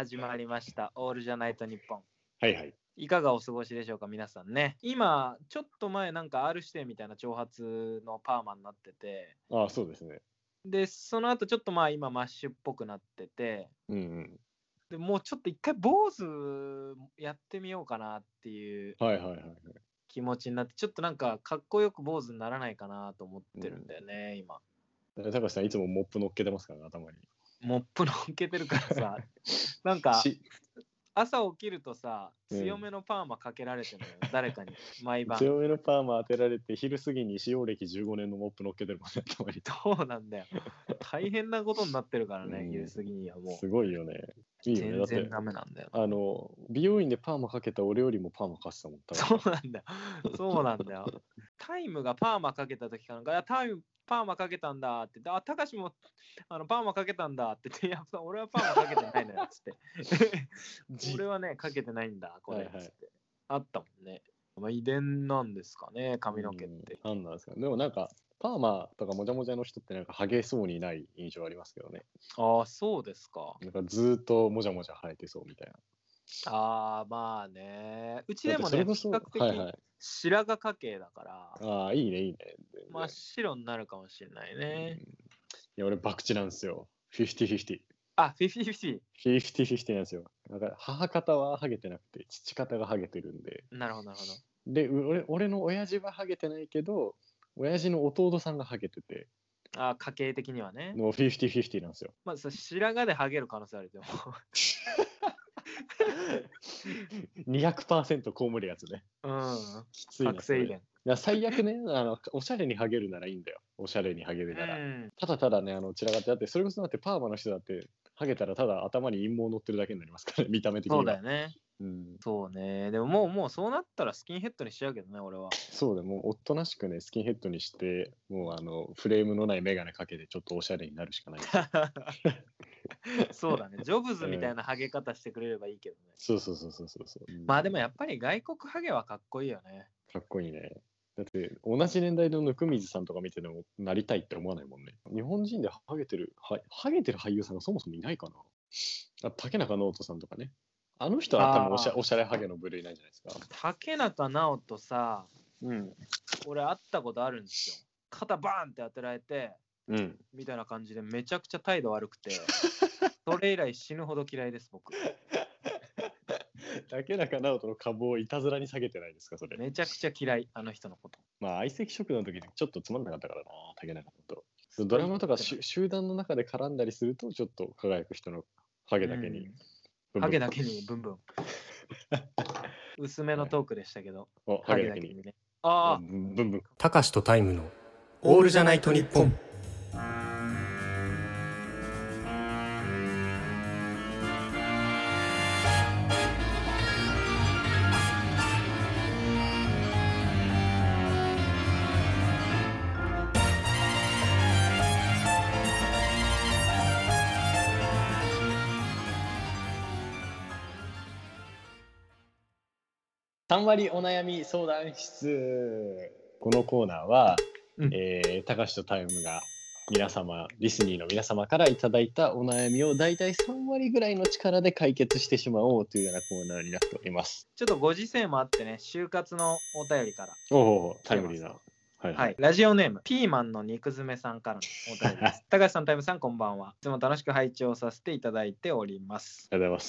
始まりましたオールじゃないと日本。 はいはい。 いかがお過ごしでしょうか皆さんね。今ちょっと前なんか R 指定みたいな長髪のパーマになってて、 ああ、そうですね。 でその後ちょっと今マッシュっぽくなってて、でもうちょっと一回坊主やってみようかなっていう気持ちになって、ちょっとなんかかっこよく坊主にならないかなと思ってるんだよね、今。 高橋さんいつもモップ乗っけてますからね、頭に。 モップ乗っけてるからさなんか朝起きるとさ、強めのパーマかけられてるのよ、誰かに毎晩。 強めのパーマ当てられて、昼過ぎに使用歴15年のモップ乗っけてるもんね、頭に。 そうなんだよ。大変なことになってるからね、昼過ぎにはもう。 すごいよね。いいよね。 全然ダメなんだよ。 美容院でパーマかけた俺よりもパーマかしてたもん。 そうなんだよ。そうなんだよ。タイムがパーマかけた時かなんか、タイムパーマかけたんだって言って、たかしもパーマかけたんだって言って、いや、俺はパーマかけてないのよっつって。俺はね、かけてないんだ、これっつって。あったもんね。遺伝なんですかね、髪の毛って。 なんなんですか。でもなんか、パーマとかもじゃもじゃの人ってなんかハゲそうにない印象ありますけどね。 ああ、そうですか。 なんかずっともじゃもじゃ生えてそうみたいな。 ああ、まあね。うちでもね、比較的白髪家系だから。 ああ、いいね、いいね。 真っ白になるかもしれないね。 いや、俺、博打なんですよ。50-50。 あ、50-50。 50-50なんですよ。なんか母方はハゲてなくて、父方がハゲてるんで。 なるほど、なるほど。 で、俺の親父はハゲてないけど、親父の弟さんがハゲてて。 あ、家系的にはね。 もう50-50なんですよ。 まあ、白髪でハゲる可能性あるけど。 200% こうむるやつね。 うん。 きついな。 覚醒遺伝。 いや最悪ね、おしゃれにハゲるならいいんだよ。おしゃれにハゲるなら。ただただね、散らかってあって、それこそだってパーマの人だって、ハゲたらただ頭に陰謀乗ってるだけになりますからね、見た目的には。 そうだよね。そうね。でももうそうなったらスキンヘッドにしちゃうけどね、俺は。 そうでもうおとなしくね、スキンヘッドにして、もうフレームのないメガネかけてちょっとおしゃれになるしかない。 そうだね。ジョブズみたいなハゲ方してくれればいいけどね。 そう。 まあでもやっぱり外国ハゲはかっこいいよね。 かっこいいね。だって同じ年代の温水さんとか見ててもなりたいって思わないもんね。日本人でハゲてる俳優さんがそもそもいないかな。竹中直人さんとかね。あの人は多分おしゃれハゲの部類なんじゃないですか。 竹中直人さ、俺会ったことあるんですよ。肩バーンって当てられて、みたいな感じでめちゃくちゃ態度悪くて、それ以来死ぬほど嫌いです、僕。 竹中直人の株をいたずらに下げてないですか、それ。 めちゃくちゃ嫌い、あの人のこと。 まあ、相席食堂の時にちょっとつまんなかったからな、竹中直人。ドラマとか集団の中で絡んだりすると、ちょっと輝く人のハゲだけに。 ハゲだけにブンブン。薄めのトークでしたけど。 ハゲだけにね。 ああ。 ブンブン。 たかしとタイムのオールじゃないと日本。 3割お悩み相談室。このコーナーは、たかしとタイムが皆様、リスニーの皆様からいただいたお悩みをだいたい3割ぐらいの力で解決してしまおうというようなコーナーになっております。 ちょっとご時世もあってね、就活のお便りから。 タイムリーな。 はい、ラジオネームピーマンの肉詰めさんからのお便りです。高橋さん、タイムさん、こんばんは。いつも楽しく拝聴させていただいております。 ありがとうございます。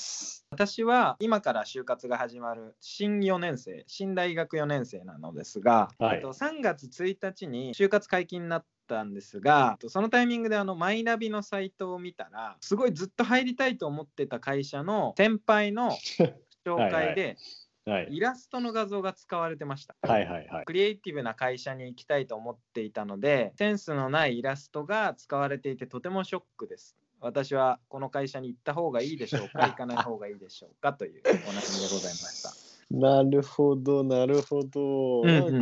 私は今から就活が始まる新大学4年生なのですが、3月1日に就活解禁になったんですが、そのタイミングでマイナビのサイトを見たら、すごいずっと入りたいと思ってた会社の先輩の紹介でイラストの画像が使われてました。クリエイティブな会社に行きたいと思っていたので、センスのないイラストが使われていてとてもショックです。私はこの会社に行った方がいいでしょうか、行かない方がいいでしょうかというお悩みでございました。 なるほど。なんか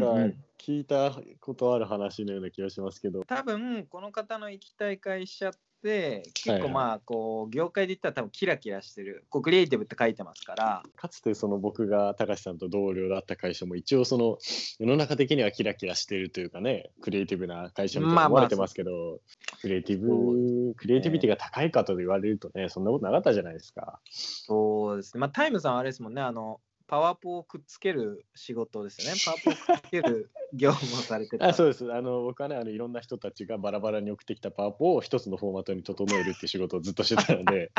聞いたことある話のような気がしますけど、 多分この方の行きたい会社っで結構まあこう業界で言ったら多分キラキラしてるこうクリエイティブって書いてますから、 かつてその僕が高橋さんと同僚だった会社も一応その世の中的にはキラキラしているというかね、クリエイティブな会社みたいに思われてますけど、クリエイティビティが高いかと言われるとね、そんなことなかったじゃないですか。 そうですね。まあタイムさんはあれですもんね、パワポをくっつける仕事ですよね。パワポをくっつける業務をされてた。 そうです。僕はね、いろんな人たちがバラバラに送ってきたパワポを一つのフォーマットに整えるっていう仕事をずっとしてたので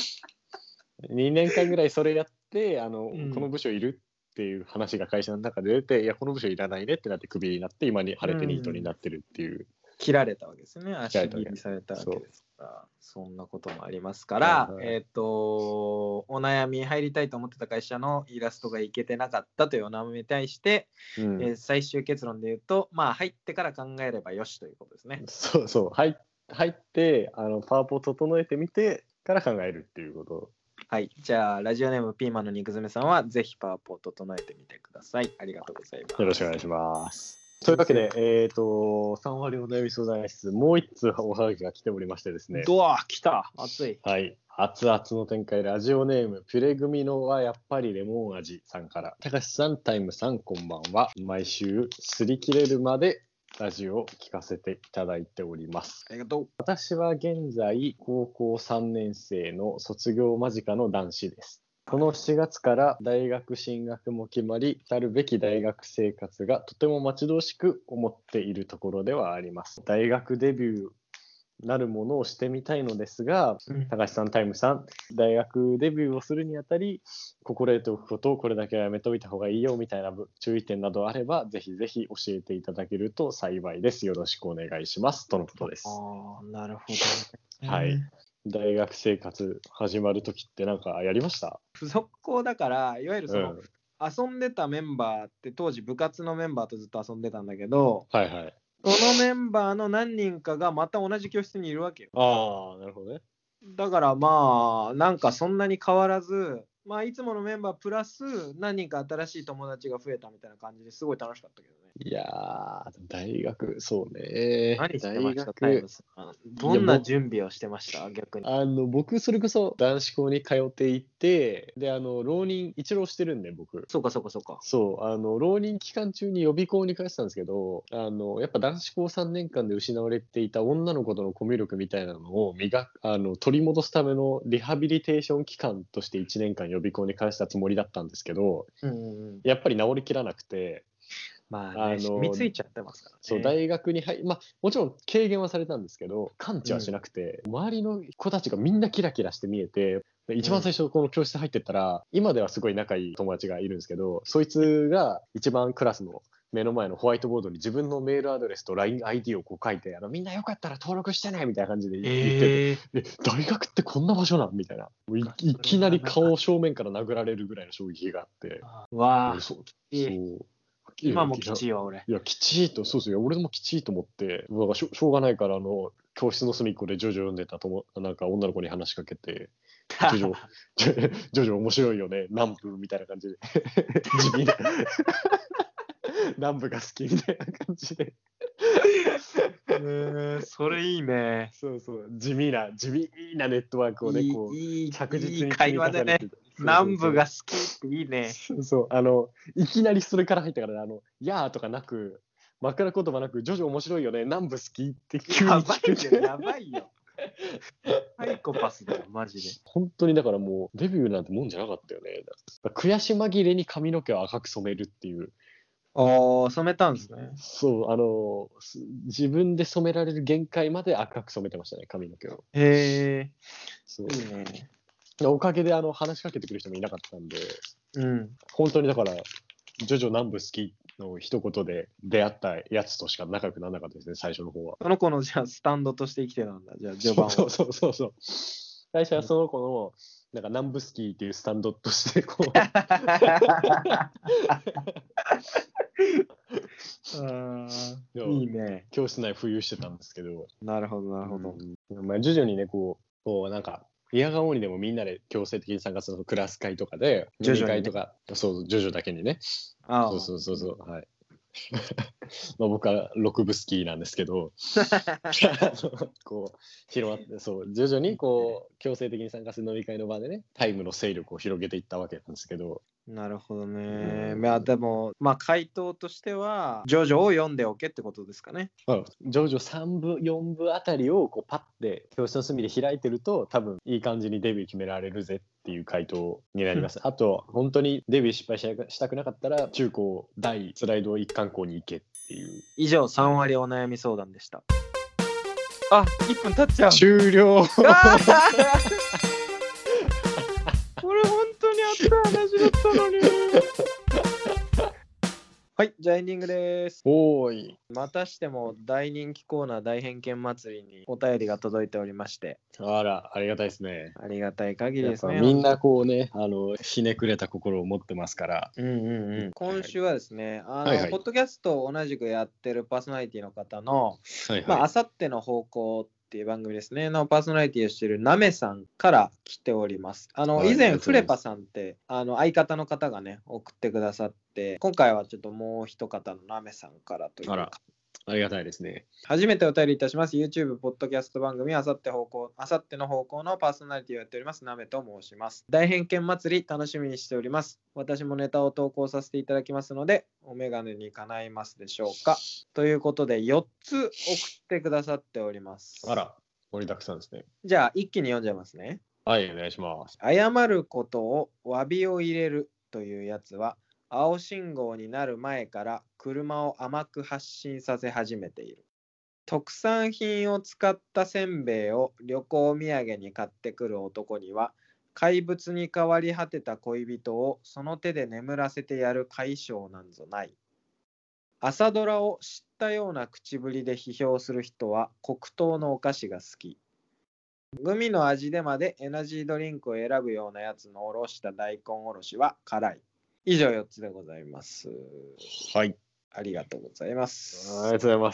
2年間ぐらいそれやってこの部署いるっていう話が会社の中で出て、いやこの部署いらないねってなってクビになって、今に晴れてニートになってるっていう、 切られたわけですね。足切りされたわけですから、そんなこともありますから、お悩み入りたいと思ってた会社のイラストがいけてなかったというお悩みに対して、最終結論で言うと、まあ入ってから考えればよしということですね。 そうそう、入ってパワポを整えてみてから考えるっていうこと。 はい、じゃあラジオネームピーマンの肉詰めさんはぜひパワポを整えてみてください。ありがとうございます。 よろしくお願いします。というわけで、3割お悩み相談室、もう一通おはがきが来ておりましてですね。 来た、熱い。 はい、熱々の展開、ラジオネーム、ピュレグミのはやっぱりレモン味さんから。高橋さん、タイムさん、こんばんは。毎週、擦り切れるまでラジオを聞かせていただいております。 ありがとう。 私は現在、高校3年生の卒業間近の男子です。この7月から大学進学も決まり、来るべき大学生活がとても待ち遠しく思っているところではあります。大学デビューなるものをしてみたいのですが、高橋さん、タイムさん、大学デビューをするにあたり、心得ておくことをこれだけはやめておいた方がいいよみたいな注意点などあれば、ぜひぜひ教えていただけると幸いです。よろしくお願いします。とのことです。 なるほど。はい。大学生活始まるときってなんかやりました？ 付属校だから、いわゆる遊んでたメンバーって当時部活のメンバーとずっと遊んでたんだけど、 はいはい。 そのメンバーの何人かがまた同じ教室にいるわけよ。 ああ、なるほどね。 だからまあなんかそんなに変わらず、まあいつものメンバープラス何人か新しい友達が増えたみたいな感じですごい楽しかったけどね。 いやー、大学、そうね。 何してましたタイムさん。どんな準備をしてました逆に。 僕、それこそ男子校に通っていて、で、浪人、一浪してるんで、僕。 そうか。 そう、浪人期間中に予備校に通ってたんですけど、やっぱ男子校3年間で失われていた女の子とのコミュ力みたいなのを取り戻すためのリハビリテーション期間として1年間予備校に通ったつもりだったんですけど、やっぱり治りきらなくて、 まあね、染みついちゃってますからね。 そう、大学にもちろん軽減はされたんですけど、完治はしなくて、周りの子たちがみんなキラキラして見えて、一番最初この教室入ってったら、今ではすごい仲いい友達がいるんですけど、そいつが一番クラスの目の前のホワイトボードに自分のメールアドレスと LINE-ID をこう書いて、みんなよかったら登録してねみたいな感じで言ってて、大学ってこんな場所なんみたいな。いきなり顔を正面から殴られるぐらいの衝撃があって。 わあ、 そう。 今もきちいわ、俺。 いや、きちいと、そうですよ。俺もきちいと思って、だからしょうがないから、教室の隅っこでジョジョ読んでたなんか女の子に話しかけて、ジョジョ面白いよね、南部みたいな感じで。地味で。南部が好きみたいな感じで。 それいいね。 そうそう。地味なネットワークをね、こう、着実に会話でね。南部が好きっていいね。 そう、いきなりそれから入ったから、やーとかなく、枕言葉なく、ジョジョ面白いよね、南部好きって急に聞く。 やばいよ。サイコパスだよ、マジで。 本当にだからもう、デビューなんてもんじゃなかったよね。悔し紛れに髪の毛を赤く染めるっていう。 染めたんですね。 そう、自分で染められる限界まで赤く染めてましたね、髪の毛を。 へえ。 そう。 いいね。 おかげで話しかけてくる人もいなかったんで、本当にだから、ジョジョ南部好きの一言で出会ったやつとしか仲良くならなかったですね、最初の方は。 その子のじゃあスタンドとして生きてたんだ、じゃあ序盤は。 そう。最初はその子の、なんか南部好きっていうスタンドとしてこう。 いいね。 教室内浮遊してたんですけど。 なるほど。 徐々にね、こうなんか、嫌顔にでもみんなで強制的に参加するクラス会とかで、飲み会とか、そう、ジョジョだけにね。そう、はい。 まあ僕は6部スキーなんですけどこう広まって、そう徐々にこう強制的に参加する飲み会の場でね、タイムの勢力を広げていったわけなんですけど。 なるほどね。まあでも、まあ回答としては、ジョジョを読んでおけってことですかね。 ジョジョ3部、4部あたりをこうパッて教室の隅で開いてると、多分いい感じにデビュー決められるぜっていう回答になります。あと、本当にデビュー失敗したくなかったら、中高大スライド一貫校に行けっていう。 以上、3割お悩み相談でした。あ、1分経っちゃう。 終了これ本当にあった話だったのに。はい、じゃあエンディングです。 おーい。 またしても大人気コーナー大偏見祭りにお便りが届いておりまして。 あら、ありがたいですね。 ありがたい限りですね。 みんなこうね、ひねくれた心を持ってますから。 今週はですね、ポッドキャストを同じくやってるパーソナリティの方の、あさっての方向っていう番組ですねのパーソナリティをしているなめさんから来ております。以前フレパさんって相方の方がね送ってくださって、今回はちょっともう一方のなめさんからというか、 ありがたいですね。 初めてお便りいたします。YouTube ポッドキャスト番組あさっての方向のパーソナリティをやっておりますなめと申します。大偏見祭り楽しみにしております。私もネタを投稿させていただきますので、お眼鏡にかないますでしょうか。ということで4つ送ってくださっております。 あら、盛りだくさんですね。 じゃあ一気に読んじゃいますね。 はい、お願いします。 謝ることを詫びを入れるというやつは、青信号になる前から車を甘く発進させ始めている。特産品を使ったせんべいを旅行土産に買ってくる男には、怪物に変わり果てた恋人をその手で眠らせてやる快性なんぞない。朝ドラを知ったような口ぶりで批評する人は黒糖のお菓子が好き。グミの味でまでエナジードリンクを選ぶようなやつのおろした大根おろしは辛い。以上4つでございます。 はい。 ありがとうございます。 ありがとうございます。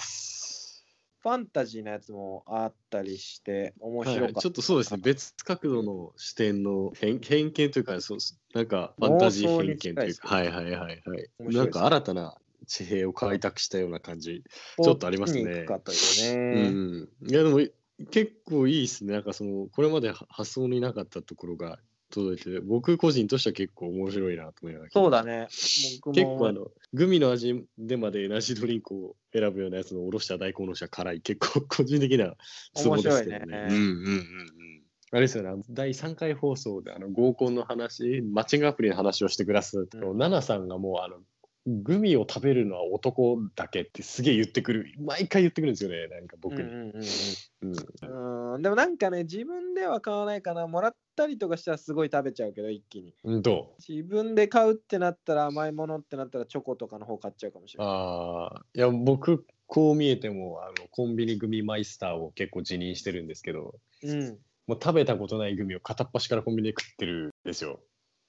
ファンタジーのやつもあったりして面白かった、 ちょっとそうですね、別角度の視点の偏見というか、なんかファンタジー偏見というか、なんか新たな地平を開拓したような感じ、ちょっとありますね。いやでも結構いいですね。なんかこれまで発想になかったところが届いて、僕個人としては結構面白いなと思いながら。そうだね。僕も結構グミの味でまでエナジードリンクを選ぶようなやつのおろした大根おろしは辛い。結構個人的なツボですけどね。あれですよね、第3回放送で合コンの話、マッチングアプリの話をしてくださったナナさんがもうグミを食べるのは男だけってすげえ言ってくる、毎回言ってくるんですよね、なんか僕に。 でもなんかね、自分では買わないかな、もらったりとかしたらすごい食べちゃうけど、一気に。自分で買うってなったら、甘いものってなったらチョコとかの方買っちゃうかもしれない。 いや、僕、こう見えてもコンビニグミマイスターを結構自認してるんですけど、もう食べたことないグミを片っ端からコンビニで食ってるんですよ。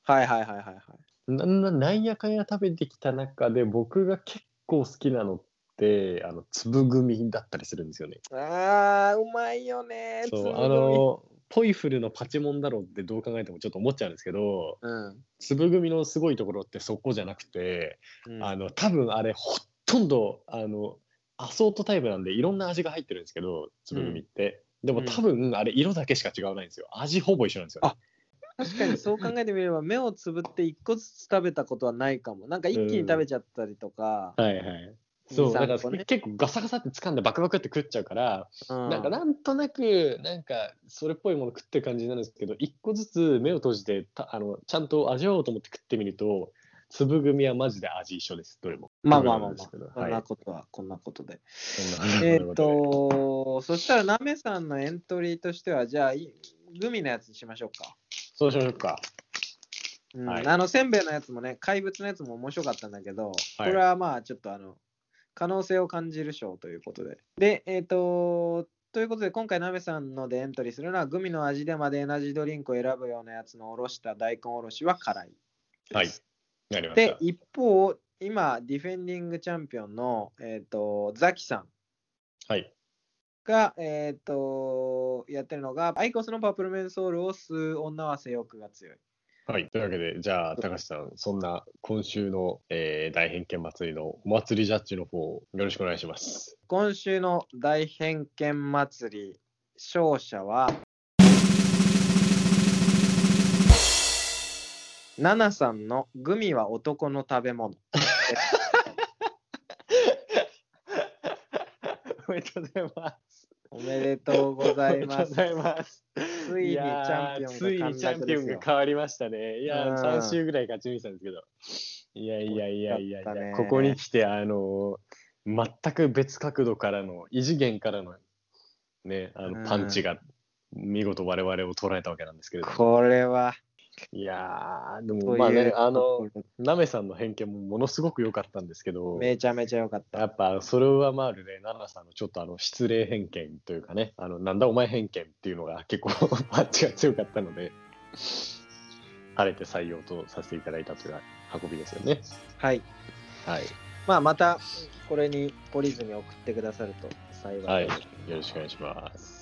なんやかんや食べてきた中で僕が結構好きなのって粒グミだったりするんですよね。 うまいよね。 ポイフルのパチモンだろうってどう考えてもちょっと思っちゃうんですけど、粒グミのすごいところってそこじゃなくて、多分あれほとんどアソートタイプなんでいろんな味が入ってるんですけど、粒グミって、でも多分あれ色だけしか違わないんですよ。味ほぼ一緒なんですよ。 確かにそう考えてみれば目をつぶって1個ずつ食べたことはないかも。なんか一気に食べちゃったりとか。 そうだから結構ガサガサって掴んでバクバクって食っちゃうから、なんとなくなんかそれっぽいもの食ってる感じになるんですけど、1個ずつ目を閉じてちゃんと味わおうと思って食ってみると、粒グミはマジで味一緒です、どれも。 こんなことで。そしたらなめさんのエントリーとしては、じゃあグミのやつにしましょうか。 そうしましょうか。 せんべいのやつもね、怪物のやつも面白かったんだけど、これはまあちょっと可能性を感じる賞ということで。で、ということで、今回なめさんのでエントリーするのは、グミの味でまでエナジードリンクを選ぶようなやつのおろした大根おろしは辛い。で、一方、今、ディフェンディングチャンピオンの、ザキさん。が、やってるのが、アイコスのパープルメンソールを吸う女は性欲が強い。 はい。というわけで、じゃあ、高橋さん、そんな今週の、大偏見祭りのお祭りジャッジの方、よろしくお願いします。 今週の大偏見祭り、勝者は、ナナさんのグミは男の食べ物。 おめでとうございます。 おめでとうございます。 おめでとうございます。 ついにチャンピオンがついにチャンピオンが変わりましたね。いや、3週ぐらい勝ち抜いたんですけど。いや、ここに来て、全く別角度からの、異次元からの、ね、パンチが見事我々を捉えたわけなんですけれども。 これは。 いやー、でもまあね、ナメさんの偏見もものすごく良かったんですけど、 めちゃめちゃ良かった。 やっぱそれを上回るね、ナナさんのちょっと失礼偏見というかね、なんだお前偏見っていうのが結構パンチが強かったので、晴れて採用とさせていただいたという運びですよね。 はい。 はい。 またこれに懲りずに送ってくださると幸いです。 はい。よろしくお願いします。